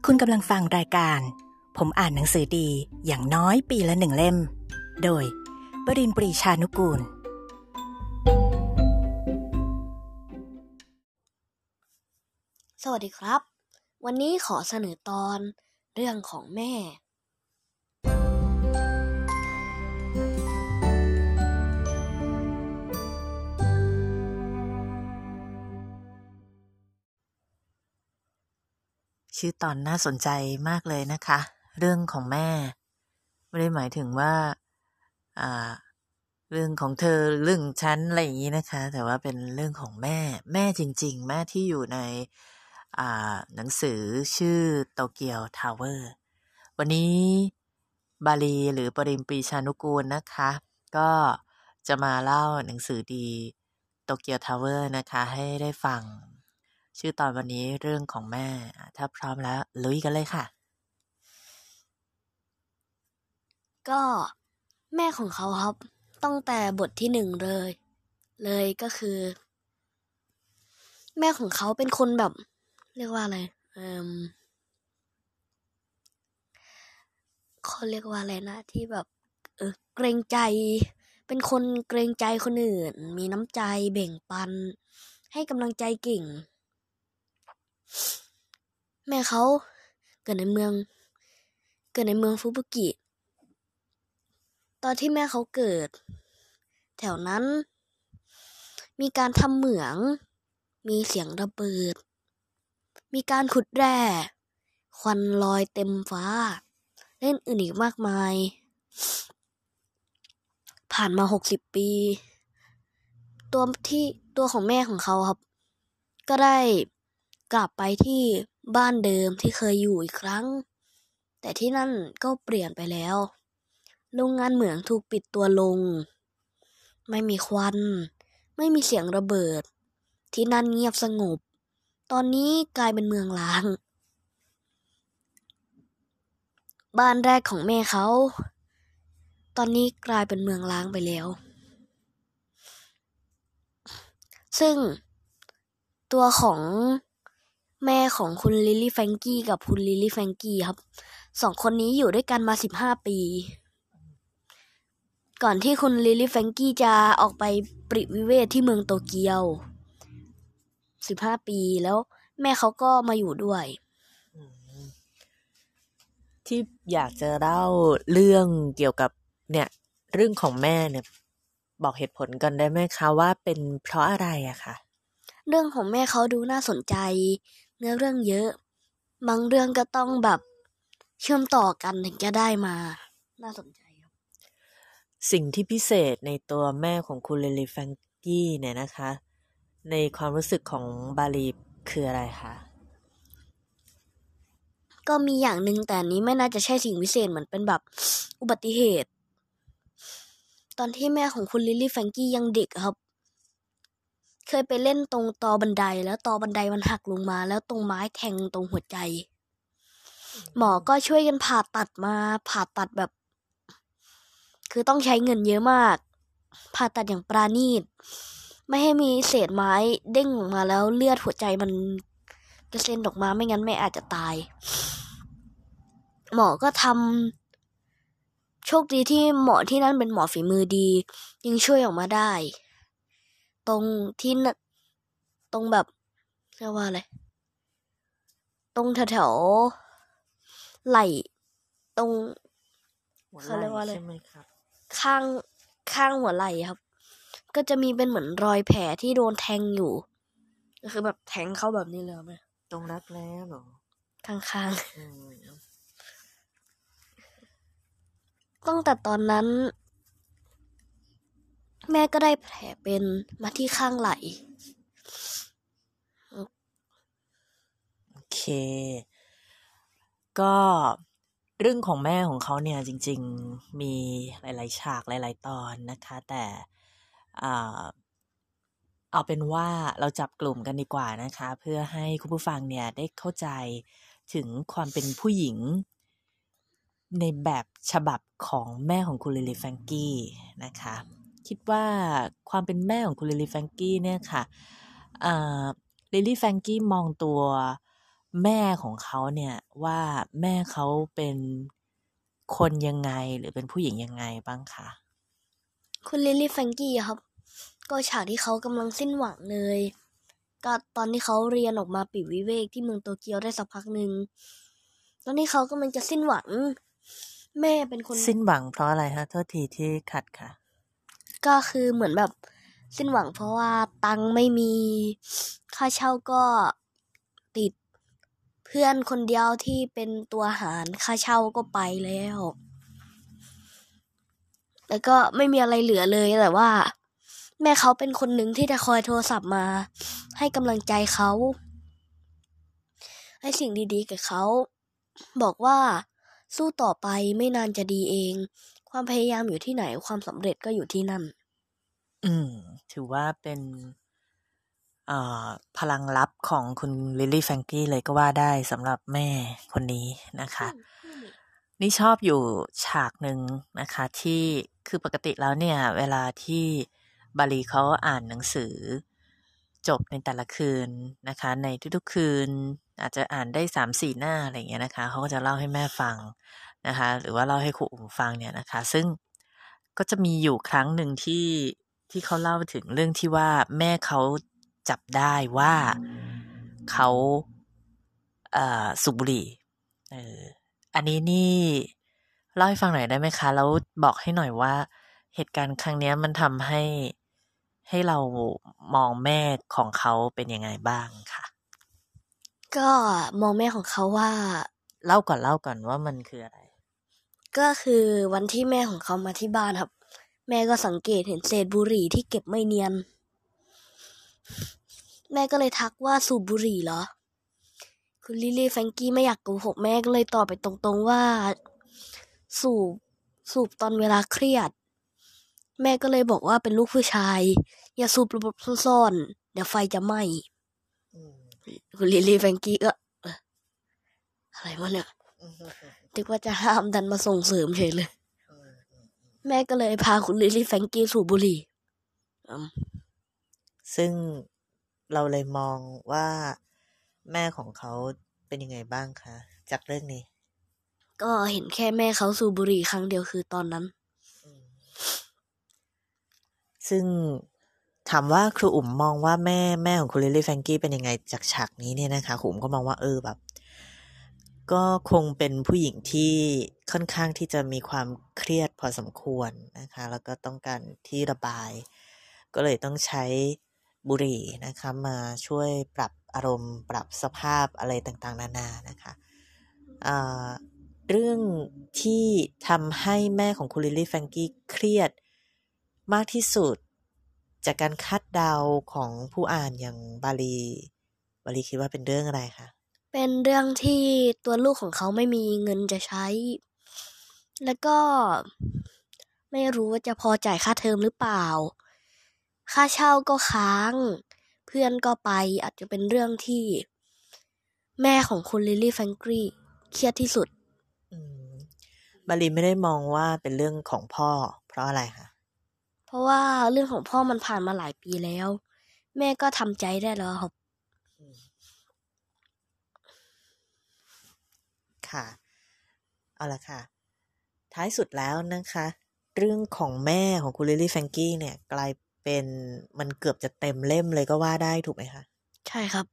คุณกำลังฟังรายการผมอ่านหนังสือดีอย่างน้อยปีละ1 เล่มโดยบดินทร์ ปรีชานุกูลสวัสดีครับวันนี้ขอเสนอตอนเรื่องของแม่ชื่อตอนน่าสนใจมากเลยนะคะเรื่องของแม่ไม่ได้หมายถึงว่าเรื่องของเธอเรื่องฉันอะไรอย่างนี้นะคะแต่ว่าเป็นเรื่องของแม่จริงๆแม่ที่อยู่ในหนังสือชื่อโตเกียวทาวเวอร์วันนี้บาลีหรือปริมปรีชานุกูลนะคะก็จะมาเล่าหนังสือดีโตเกียวทาวเวอร์นะคะให้ได้ฟังชื่อตอนวันนี้เรื่องของแม่ถ้าพร้อมแล้วลุยกันเลยค่ะก็แม่ของเขาครับตั้งแต่บทที่1เลยก็คือแม่ของเขาเป็นคนแบบเรียกว่าอะไรเขาเรียกว่าอะไรนะที่แบบเกรงใจเป็นคนเกรงใจคนอื่นมีน้ำใจแบ่งปันให้กำลังใจเก่งแม่เขาเกิดในเมืองฟุบุกิตอนที่แม่เขาเกิดแถวนั้นมีการทำเหมืองมีเสียงระเบิดมีการขุดแร่ควันลอยเต็มฟ้าเล่นอื่นอีกมากมายผ่านมา60 ปีตัวของแม่ของเขาครับก็ได้กลับไปที่บ้านเดิมที่เคยอยู่อีกครั้งแต่ที่นั่นก็เปลี่ยนไปแล้วโรงงานเหมืองถูกปิดตัวลงไม่มีควันไม่มีเสียงระเบิดที่นั่นเงียบสงบตอนนี้กลายเป็นเมืองร้างบ้านแรกของแม่เขาตอนนี้กลายเป็นเมืองร้างไปแล้วซึ่งตัวของแม่ของคุณลิลลี่แฟรงกี้กับคุณลิลลี่แฟรงกี้ครับ2 คนนี้อยู่ด้วยกันมา15 ปีก่อนที่คุณลิลลี่แฟรงกี้จะออกไปปริวิเวทที่เมืองโตเกียว15 ปีแล้วแม่เขาก็มาอยู่ด้วยที่อยากจะเล่าเรื่องเกี่ยวกับเนี่ยเรื่องของแม่เนี่ยบอกเหตุผลกันได้ไหมคะว่าเป็นเพราะอะไรอะคะเรื่องของแม่เขาดูน่าสนใจเนื้อเรื่องเยอะบางเรื่องก็ต้องแบบเชื่อมต่อกันถึงจะได้มาน่าสนใจครับสิ่งที่พิเศษในตัวแม่ของคุณลิลลี่แฟรงกี้เนี่ยนะคะในความรู้สึกของบาลีคืออะไรคะก็มีอย่างหนึ่งแต่นี้ไม่น่าจะใช่สิ่งพิเศษเหมือนเป็นแบบอุบัติเหตุตอนที่แม่ของคุณลิลลี่แฟรงกี้ยังเด็กครับเคยไปเล่นตรงตอบันไดแล้วตอบันไดมันหักลงมาแล้วตรงไม้แทงตรงหัวใจหมอก็ช่วยกันผ่าตัดแบบคือต้องใช้เงินเยอะมากผ่าตัดอย่างปราณีตไม่ให้มีเศษไม้เด้งออกมาแล้วเลือดหัวใจมันกระเซ็นออกมาไม่งั้นแม่อาจจะตายหมอก็ทำโชคดีที่หมอที่นั่นเป็นหมอฝีมือดียังช่วยออกมาได้ตรงที่ตรงแบบเรียกว่าอะไรตรงแถวไหล่ตรงเขาเรียกว่าอะไรใช่ไหมครับข้างหัวไหล่ครับก็จะมีเป็นเหมือนรอยแผลที่โดนแทงอยู่ก็คือแบบแทงเข้าแบบนี้เลยไหมตรงรักแร้หรอข้างๆตั้งแต่ตอนนั้นแม่ก็ได้แผลเป็นมาที่ข้างไหล่โอเคก็เรื่องของแม่ของเขาเนี่ยจริงๆมีหลายๆฉากหลายๆตอนนะคะแต่เอาเป็นว่าเราจับกลุ่มกันดีกว่านะคะเพื่อให้คุณผู้ฟังเนี่ยได้เข้าใจถึงความเป็นผู้หญิงในแบบฉบับของแม่ของคุณลิลลี่แฟรงกี้นะคะคิดว่าความเป็นแม่ของคุณลิลลี่แฟรงกี้เนี่ยค่ะลิลลี่แฟรงกี้มองตัวแม่ของเขาเนี่ยว่าแม่เขาเป็นคนยังไงหรือเป็นผู้หญิงยังไงบ้างคะคุณลิลลี่แฟรงกี้ครับก็ฉากที่เขากำลังสิ้นหวังเลยก็ตอนที่เขาเรียนออกมาปีกวิเวกที่เมืองโตเกียวได้สักพักหนึ่งตอนนี้เขากำลังจะสิ้นหวังแม่เป็นคนสิ้นหวังเพราะอะไรฮะโทษทีที่ขัดค่ะก็คือเหมือนแบบสิ้นหวังเพราะว่าตังค์ไม่มีค่าเช่าก็ติดเพื่อนคนเดียวที่เป็นตัวหารค่าเช่าก็ไปแล้วแล้วก็ไม่มีอะไรเหลือเลยแต่ว่าแม่เขาเป็นคนหนึ่งที่จะคอยโทรศัพท์มาให้กำลังใจเขาให้สิ่งดีๆกับเขาบอกว่าสู้ต่อไปไม่นานจะดีเองความพยายามอยู่ที่ไหนความสำเร็จก็อยู่ที่นั่นถือว่าเป็นพลังลับของคุณลิลลี่แฟรงกี้เลยก็ว่าได้สำหรับแม่คนนี้นะคะนี่ชอบอยู่ฉากหนึ่งนะคะที่คือปกติแล้วเนี่ยเวลาที่บาลีเขาอ่านหนังสือจบในแต่ละคืนนะคะในทุกๆคืนอาจจะอ่านได้ 3-4 หน้าอะไรอย่างเงี้ยนะคะเขาก็จะเล่าให้แม่ฟังนะคะหรือว่าเล่าให้ครูอุ๋มฟังเนี่ยนะคะซึ่งก็จะมีอยู่ครั้งหนึ่งที่เขาเล่าถึงเรื่องที่ว่าแม่เขาจับได้ว่าเขาสูบบุหรี่อันนี้นี่เล่าให้ฟังหน่อยได้ไหมคะแล้วบอกให้หน่อยว่าเหตุการณ์ครั้งนี้มันทำให้เรามองแม่ของเขาเป็นยังไงบ้างค่ะก็มองแม่ของเขาว่าเล่าก่อนว่ามันคืออะไรก็คือวันที่แม่ของเขามาที่บ้านครับแม่ก็สังเกตเห็นเศษบุหรี่ที่เก็บไม่เนียนแม่ก็เลยทักว่าสูบบุหรี่เหรอคุณลิลลี่แฟรงกี้ไม่อยากโกหกแม่ก็เลยตอบไปตรงๆว่าสูบตอนเวลาเครียดแม่ก็เลยบอกว่าเป็นลูกผู้ชายอย่าสูบหลบๆซ่อนๆเดี๋ยวไฟจะไหม้คุณลิลลี่แฟรงกี้ก็อะไรวะเนี่ยนึกว่าจะห้ามดันมาส่งเสริมเฉยเลยแม่ก็เลยพาคุณลิลลี่แฟรงกี้สูบบุหรี่ซึ่งเราเลยมองว่าแม่ของเขาเป็นยังไงบ้างคะจากเรื่องนี้ก็เห็นแค่แม่เขาสูบบุหรี่ครั้งเดียวคือตอนนั้นซึ่งถามว่าครูอุ๋มมองว่าแม่ของคุณลิลลี่แฟรงกี้เป็นยังไงจากฉากนี้เนี่ยนะคะครูอุ๋มก็มองว่าแบบก็คงเป็นผู้หญิงที่ค่อนข้างที่จะมีความเครียดพอสมควรนะคะแล้วก็ต้องการที่ระบายก็เลยต้องใช้บุหรี่นะคะมาช่วยปรับอารมณ์ปรับสภาพอะไรต่างๆนานานะคะเรื่องที่ทำให้แม่ของคุณลิลลี่แฟรงกี้เครียดมากที่สุดจากการคาดเดาของผู้อ่านอย่างบาลีคิดว่าเป็นเรื่องอะไรคะเป็นเรื่องที่ตัวลูกของเขาไม่มีเงินจะใช้แล้วก็ไม่รู้ว่าจะพอจ่ายค่าเทอมหรือเปล่าค่าเช่าก็ค้างเพื่อนก็ไปอาจจะเป็นเรื่องที่แม่ของคุณลิลลี่แฟรงกี้เครียดที่สุดบาลีไม่ได้มองว่าเป็นเรื่องของพ่อเพราะอะไรคะเพราะว่าเรื่องของพ่อมันผ่านมาหลายปีแล้วแม่ก็ทำใจได้แล้วครับค่ะเอาละค่ะท้ายสุดแล้วนะคะเรื่องของแม่ของคุณลิลลี่แฟรงกี้เนี่ยกลายเป็นมันเกือบจะเต็มเล่มเลยก็ว่าได้ถูกไหมคะใช่ครับ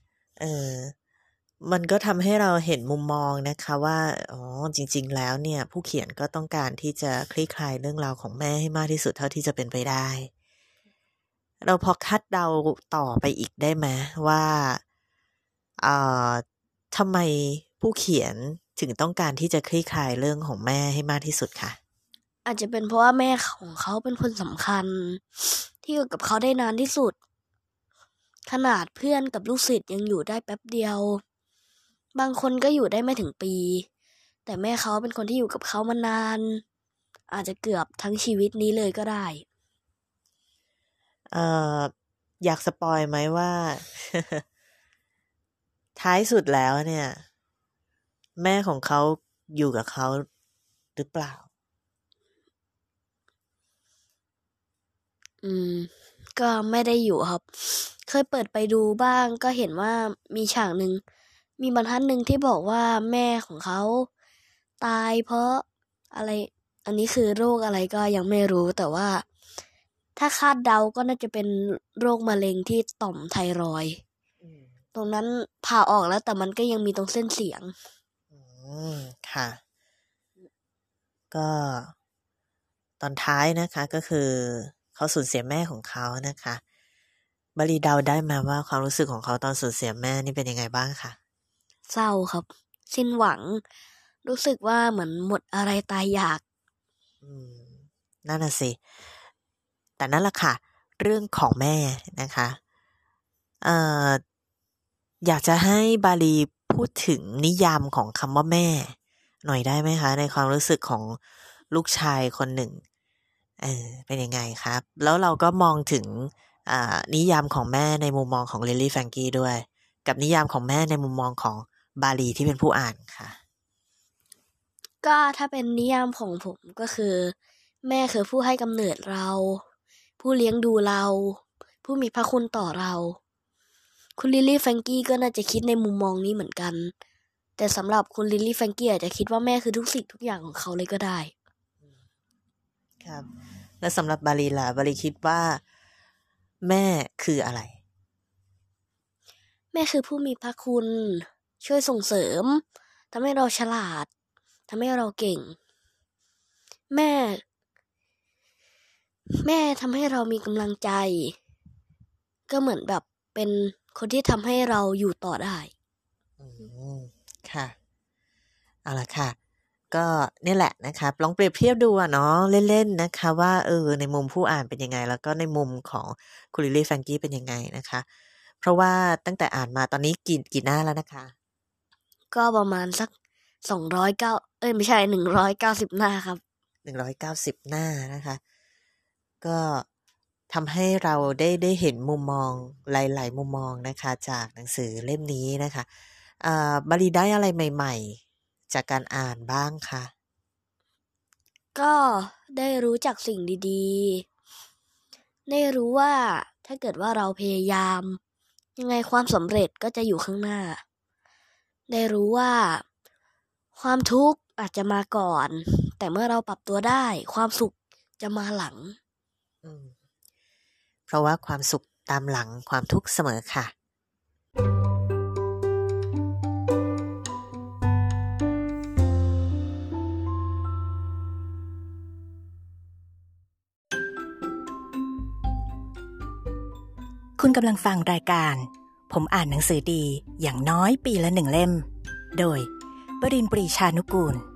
มันก็ทำให้เราเห็นมุมมองนะคะว่าจริงๆแล้วเนี่ยผู้เขียนก็ต้องการที่จะคลี่คลายเรื่องราวของแม่ให้มากที่สุดเท่าที่จะเป็นไปได้เราพอคาดเดาต่อไปอีกได้ไหมว่าทำไมผู้เขียนถึงต้องการที่จะคลี่คลายเรื่องของแม่ให้มากที่สุดค่ะอาจจะเป็นเพราะว่าแม่ของเขาเป็นคนสำคัญที่อยู่กับเขาได้นานที่สุดขนาดเพื่อนกับลูกศิษย์ยังอยู่ได้แป๊บเดียวบางคนก็อยู่ได้ไม่ถึงปีแต่แม่เขาเป็นคนที่อยู่กับเขามานานอาจจะเกือบทั้งชีวิตนี้เลยก็ได้อยากสปอยไหมว่า ท้ายสุดแล้วเนี่ยแม่ของเขาอยู่กับเขาหรือเปล่าก็ไม่ได้อยู่ครับเคยเปิดไปดูบ้างก็เห็นว่ามีฉากหนึ่งมีบรรทัดหนึ่งที่บอกว่าแม่ของเขาตายเพราะอะไร อันนี้คือโรคอะไรก็ยังไม่รู้ แต่ว่าถ้าคาดเดาก็น่าจะเป็นโรคมะเร็งที่ต่อมไทรอยด์ตรงนั้นผ่าออกแล้วแต่มันก็ยังมีตรงเส้นเสียงค่ะ ก็ตอนท้ายนะคะก็คือเขาสูญเสียแม่ของเขานะคะบรีเดาได้มาว่าความรู้สึกของเขาตอนสูญเสียแม่นี่เป็นยังไงบ้างคะเศร้าครับสิ้นหวังรู้สึกว่าเหมือนหมดอะไรตายอยากนั่นน่ะสิแต่นั่นแหละค่ะเรื่องของแม่นะคะอยากจะให้บาลีพูดถึงนิยามของคำว่าแม่หน่อยได้ไหมคะในความรู้สึกของลูกชายคนหนึ่งเป็นยังไงครับแล้วเราก็มองถึงนิยามของแม่ในมุมมองของลิลลี่แฟรงกี้ด้วยกับนิยามของแม่ในมุมมองของบาลีที่เป็นผู้อ่านค่ะก็ถ้าเป็นนิยามของผมก็คือแม่คือผู้ให้กำเนิดเราผู้เลี้ยงดูเราผู้มีพระคุณต่อเราคุณลิลลี่แฟรงกี้ก็น่าจะคิดในมุมมองนี้เหมือนกันแต่สำหรับคุณลิลลี่แฟรงกี้อาจจะคิดว่าแม่คือทุกสิ่งทุกอย่างของเขาเลยก็ได้ครับและสำหรับบาลีล่ะบาลีคิดว่าแม่คืออะไรแม่คือผู้มีพระคุณช่วยส่งเสริมทำให้เราฉลาดทำให้เราเก่งแม่ทำให้เรามีกำลังใจก็เหมือนแบบเป็นคนที่ทำให้เราอยู่ต่อได้ค่ะเอาล่ะค่ะก็นี่แหละนะคะลองเปรียบเทียบดูเนาะเล่นๆนะคะว่าในมุมผู้อ่านเป็นยังไงแล้วก็ในมุมของคุณลิลลี่แฟรงกี้เป็นยังไงนะคะเพราะว่าตั้งแต่อ่านมาตอนนี้กี่หน้าแล้วนะคะก็ประมาณสัก209ไม่ใช่190หน้าครับ 190หน้านะคะก็ทำให้เราได้เห็นมุมมองหลายๆมุมมองนะคะจากหนังสือเล่มนี้นะคะบาลีได้อะไรใหม่ๆจากการอ่านบ้างคะก็ได้รู้จักสิ่งดีๆได้รู้ว่าถ้าเกิดว่าเราพยายามยังไงความสำเร็จก็จะอยู่ข้างหน้าได้รู้ว่าความทุกข์อาจจะมาก่อนแต่เมื่อเราปรับตัวได้ความสุขจะมาหลังเพราะว่าความสุขตามหลังความทุกข์เสมอค่ะคุณกำลังฟังรายการผมอ่านหนังสือดีอย่างน้อยปีละ1 เล่มโดยบดินทร์ ปรีชานุกูล